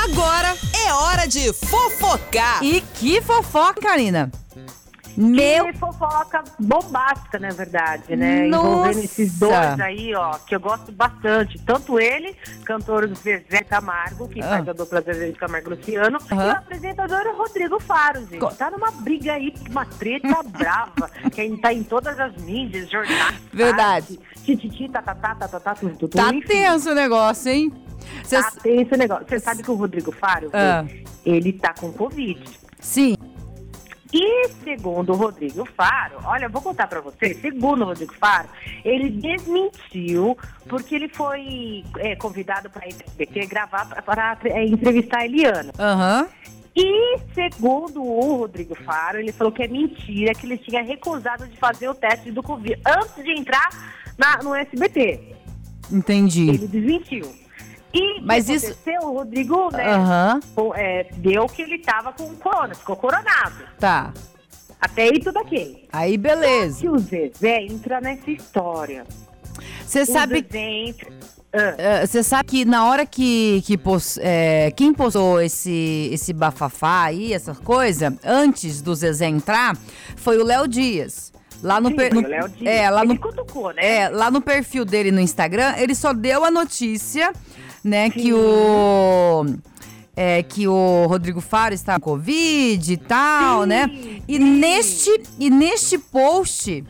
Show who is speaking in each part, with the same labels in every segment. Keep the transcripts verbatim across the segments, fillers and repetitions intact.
Speaker 1: Agora é hora de fofocar.
Speaker 2: E que fofoca, Karina? Meu...
Speaker 3: Que fofoca bombástica, na verdade, né?
Speaker 2: Nossa.
Speaker 3: Envolvendo esses dois aí, ó, que eu gosto bastante. Tanto ele, cantor do Zezé Camargo, que
Speaker 2: Ah.
Speaker 3: faz a dupla Zezé Camargo e Luciano,
Speaker 2: Aham.
Speaker 3: e o apresentador Rodrigo Faro, gente.
Speaker 2: Co-
Speaker 3: Tá numa briga aí, uma treta brava, que tá em todas as mídias, jornais.
Speaker 2: Verdade.
Speaker 3: Tititi, tatatá, tatatá, tudo, tudo.
Speaker 2: Tá
Speaker 3: enfim.
Speaker 2: tenso o negócio, hein? Cês-
Speaker 3: Tá tenso o negócio. Você sabe que o Rodrigo Faro,
Speaker 2: Ah.
Speaker 3: ele tá com Covid.
Speaker 2: Sim.
Speaker 3: E segundo o Rodrigo Faro, olha, eu vou contar pra vocês, segundo o Rodrigo Faro, ele desmentiu porque ele foi é, convidado para a S B T gravar para é, entrevistar a Eliana.
Speaker 2: Aham.
Speaker 3: E segundo o Rodrigo Faro, ele falou que é mentira, que ele tinha recusado de fazer o teste do Covid antes de entrar na, no S B T.
Speaker 2: Entendi.
Speaker 3: Ele desmentiu. E o
Speaker 2: Mas
Speaker 3: que
Speaker 2: isso-
Speaker 3: aconteceu, o Rodrigo, né,
Speaker 2: Aham.
Speaker 3: o- é, deu que ele tava com corona, ficou coronado.
Speaker 2: Tá.
Speaker 3: Até aí tudo ok.
Speaker 2: Aí, beleza.
Speaker 3: Que o Zezé entra nessa história.
Speaker 2: Você
Speaker 3: O
Speaker 2: sabe...
Speaker 3: Zezé entra... Ah,
Speaker 2: Você sabe que na hora que, que pos- é, quem postou esse, esse bafafá aí, essa coisa, antes do Zezé entrar, foi o Léo Dias. Lá no,
Speaker 3: sim,
Speaker 2: per- no-
Speaker 3: o Léo Dias.
Speaker 2: é, lá
Speaker 3: Ele
Speaker 2: no,
Speaker 3: cutucou, né?
Speaker 2: é, lá no perfil dele no Instagram, ele só deu a notícia, né, que
Speaker 3: Sim.
Speaker 2: o é, que o Rodrigo Faro está com Covid e tal,
Speaker 3: Sim,
Speaker 2: né? E
Speaker 3: sim.
Speaker 2: neste e neste post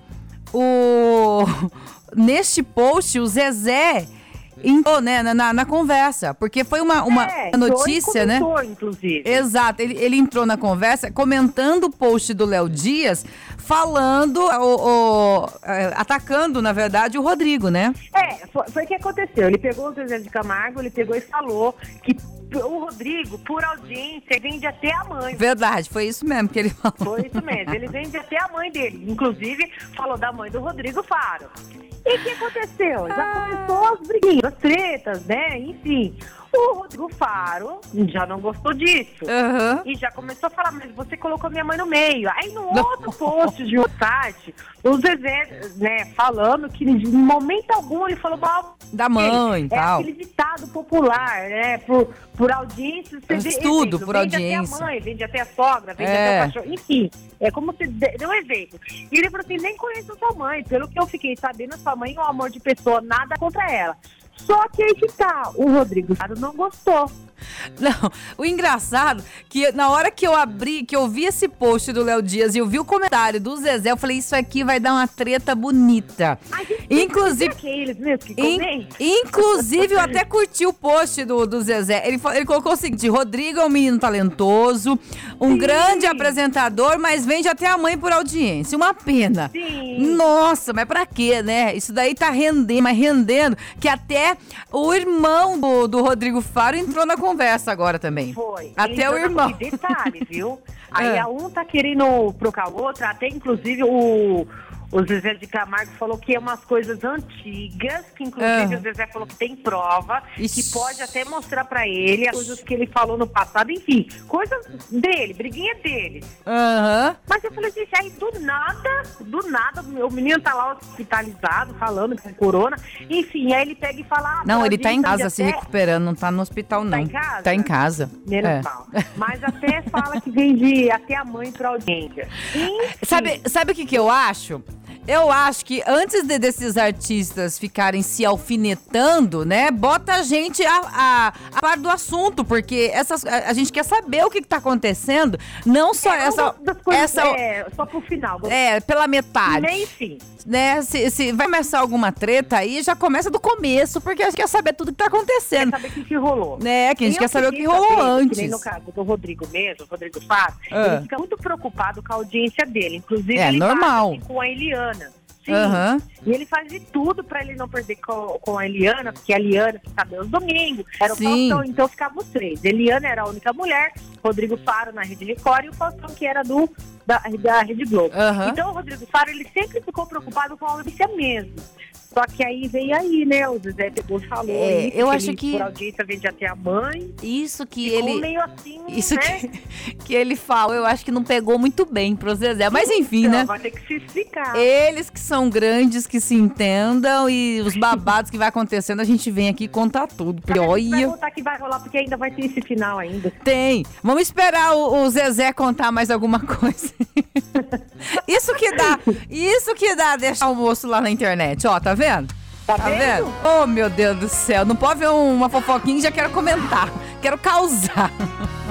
Speaker 2: o neste post o Zezé entrou, né, na, na, na conversa, porque foi uma, uma
Speaker 3: É,
Speaker 2: notícia, né?
Speaker 3: comentou, inclusive.
Speaker 2: Exato, ele, ele entrou na conversa comentando o post do Léo Dias, falando, o, o- é, atacando, na verdade, o Rodrigo, né?
Speaker 3: É, foi, foi o que aconteceu. Ele pegou o Zezé de Camargo, ele pegou e falou que o Rodrigo, por audiência, vende até a mãe.
Speaker 2: Verdade, foi isso mesmo que ele falou.
Speaker 3: Foi isso mesmo, ele vende até a mãe dele. Inclusive, falou da mãe do Rodrigo Faro. E o que aconteceu? Já começou as briguinhas, as tretas, né? Enfim, o Rodrigo Faro já não gostou disso.
Speaker 2: Aham.
Speaker 3: E já começou a falar, mas você colocou minha mãe no meio. Aí no outro post de outro site, o Zezé, né, falando que em momento algum ele falou mal
Speaker 2: Da mãe e
Speaker 3: é
Speaker 2: tal.
Speaker 3: aquele ditado popular, né? Por, por audiência, você vê
Speaker 2: Tudo
Speaker 3: exemplo,
Speaker 2: por
Speaker 3: vende
Speaker 2: audiência.
Speaker 3: até a mãe, vende até a sogra, vende
Speaker 2: É.
Speaker 3: até o cachorro, enfim. É como se de- deu um exemplo. E ele falou assim, nem conheço sua mãe. Pelo que eu fiquei sabendo, sua mãe é um amor de pessoa, nada contra ela. Só que aí que tá, o Rodrigo Faro não gostou.
Speaker 2: Não, o engraçado que na hora que eu abri, que eu vi esse post do Léo Dias e eu vi o comentário do Zezé, eu falei, isso aqui vai dar uma treta bonita.
Speaker 3: Ai, gente,
Speaker 2: Inclusive,
Speaker 3: será que é eles mesmo que
Speaker 2: In-
Speaker 3: comentam?
Speaker 2: inclusive, eu até curti o post do, do Zezé. Ele, fa- ele colocou o seguinte: Rodrigo é um menino talentoso, um
Speaker 3: Sim.
Speaker 2: grande apresentador, mas vende até a mãe por audiência. Uma pena.
Speaker 3: Sim.
Speaker 2: Nossa, mas pra quê, né? Isso daí tá rendendo, mas rendendo que até o irmão do, do Rodrigo Faro entrou na conversa agora também.
Speaker 3: Foi.
Speaker 2: Até
Speaker 3: Ele
Speaker 2: o
Speaker 3: entrou
Speaker 2: irmão.
Speaker 3: na- e detalhe, viu? Aí
Speaker 2: É.
Speaker 3: a um tá querendo trocar o outro, até inclusive o, o Zezé de Camargo falou que é umas coisas antigas, que inclusive
Speaker 2: Ah.
Speaker 3: o Zezé falou que tem prova,
Speaker 2: Ixi.
Speaker 3: que pode até mostrar pra ele as coisas que ele falou no passado, enfim, coisas dele, briguinha dele.
Speaker 2: Aham.
Speaker 3: Mas eu falei, gente, aí do nada, do nada, o menino tá lá hospitalizado, falando que tem corona, enfim, aí ele pega e fala... ah,
Speaker 2: Não,
Speaker 3: pra
Speaker 2: ele tá em
Speaker 3: gente
Speaker 2: casa se
Speaker 3: até-
Speaker 2: recuperando, não tá no hospital, não.
Speaker 3: em casa?
Speaker 2: Tá em casa.
Speaker 3: Menos
Speaker 2: É.
Speaker 3: mal. Mas até fala que vende até a mãe pra audiência. Enfim.
Speaker 2: Sabe, sabe o que, que eu acho? Eu acho que antes de desses artistas ficarem se alfinetando, né? Bota a gente a, a, a par do assunto, porque essas, a, a gente quer saber o que, que tá acontecendo. Não só
Speaker 3: É,
Speaker 2: essa.
Speaker 3: uma das coisas,
Speaker 2: essa
Speaker 3: é, só pro final.
Speaker 2: é, pela metade.
Speaker 3: Nem fim.
Speaker 2: Né? Se, se vai começar alguma treta aí, já começa do começo, porque a gente quer saber tudo que tá
Speaker 3: Quer
Speaker 2: acontecendo.
Speaker 3: saber o que, que rolou.
Speaker 2: Né? Que a gente
Speaker 3: Eu
Speaker 2: quer saber o que
Speaker 3: fiquei
Speaker 2: rolou
Speaker 3: sabendo, que nem
Speaker 2: antes.
Speaker 3: no caso do Rodrigo mesmo, o Rodrigo Faro,
Speaker 2: Ah.
Speaker 3: ele fica muito preocupado com a audiência dele. Inclusive,
Speaker 2: É,
Speaker 3: ele
Speaker 2: normal.
Speaker 3: bate, assim, com a Eliana. Sim.
Speaker 2: Aham.
Speaker 3: E ele faz de tudo pra ele não perder com, com a Eliana, porque a Eliana ficava aos domingos, era o
Speaker 2: Sim.
Speaker 3: Faustão, então ficavam os três. Eliana era a única mulher Rodrigo Faro na Rede Record e o Faustão, que era do, da, da Rede Globo.
Speaker 2: Uhum.
Speaker 3: Então o Rodrigo Faro, ele sempre ficou preocupado com a audiência mesmo. Só que aí veio aí, né? O Zezé pegou e falou.
Speaker 2: É,
Speaker 3: isso,
Speaker 2: eu
Speaker 3: que
Speaker 2: acho
Speaker 3: ele,
Speaker 2: que-
Speaker 3: por audiência vende até a mãe.
Speaker 2: Isso que
Speaker 3: Ficou
Speaker 2: ele...
Speaker 3: meio assim,
Speaker 2: Isso
Speaker 3: né?
Speaker 2: que, que ele falou, eu acho que não pegou muito bem pro Zezé. Mas enfim,
Speaker 3: Então,
Speaker 2: né?
Speaker 3: vai ter que se explicar.
Speaker 2: Eles que são grandes, que se entendam, e os babados que vai acontecendo, a gente vem aqui contar tudo. Porque,
Speaker 3: A gente vai
Speaker 2: olha,
Speaker 3: contar que vai rolar, porque ainda vai ter esse final ainda.
Speaker 2: tem. Vamos esperar o, o Zezé contar mais alguma coisa. Isso que dá, isso que dá deixar o moço lá na internet, ó, tá vendo?
Speaker 3: Tá,
Speaker 2: Tá
Speaker 3: vendo?
Speaker 2: vendo? Oh, meu Deus do céu, não pode ver uma fofoquinha e já quero comentar. Quero causar.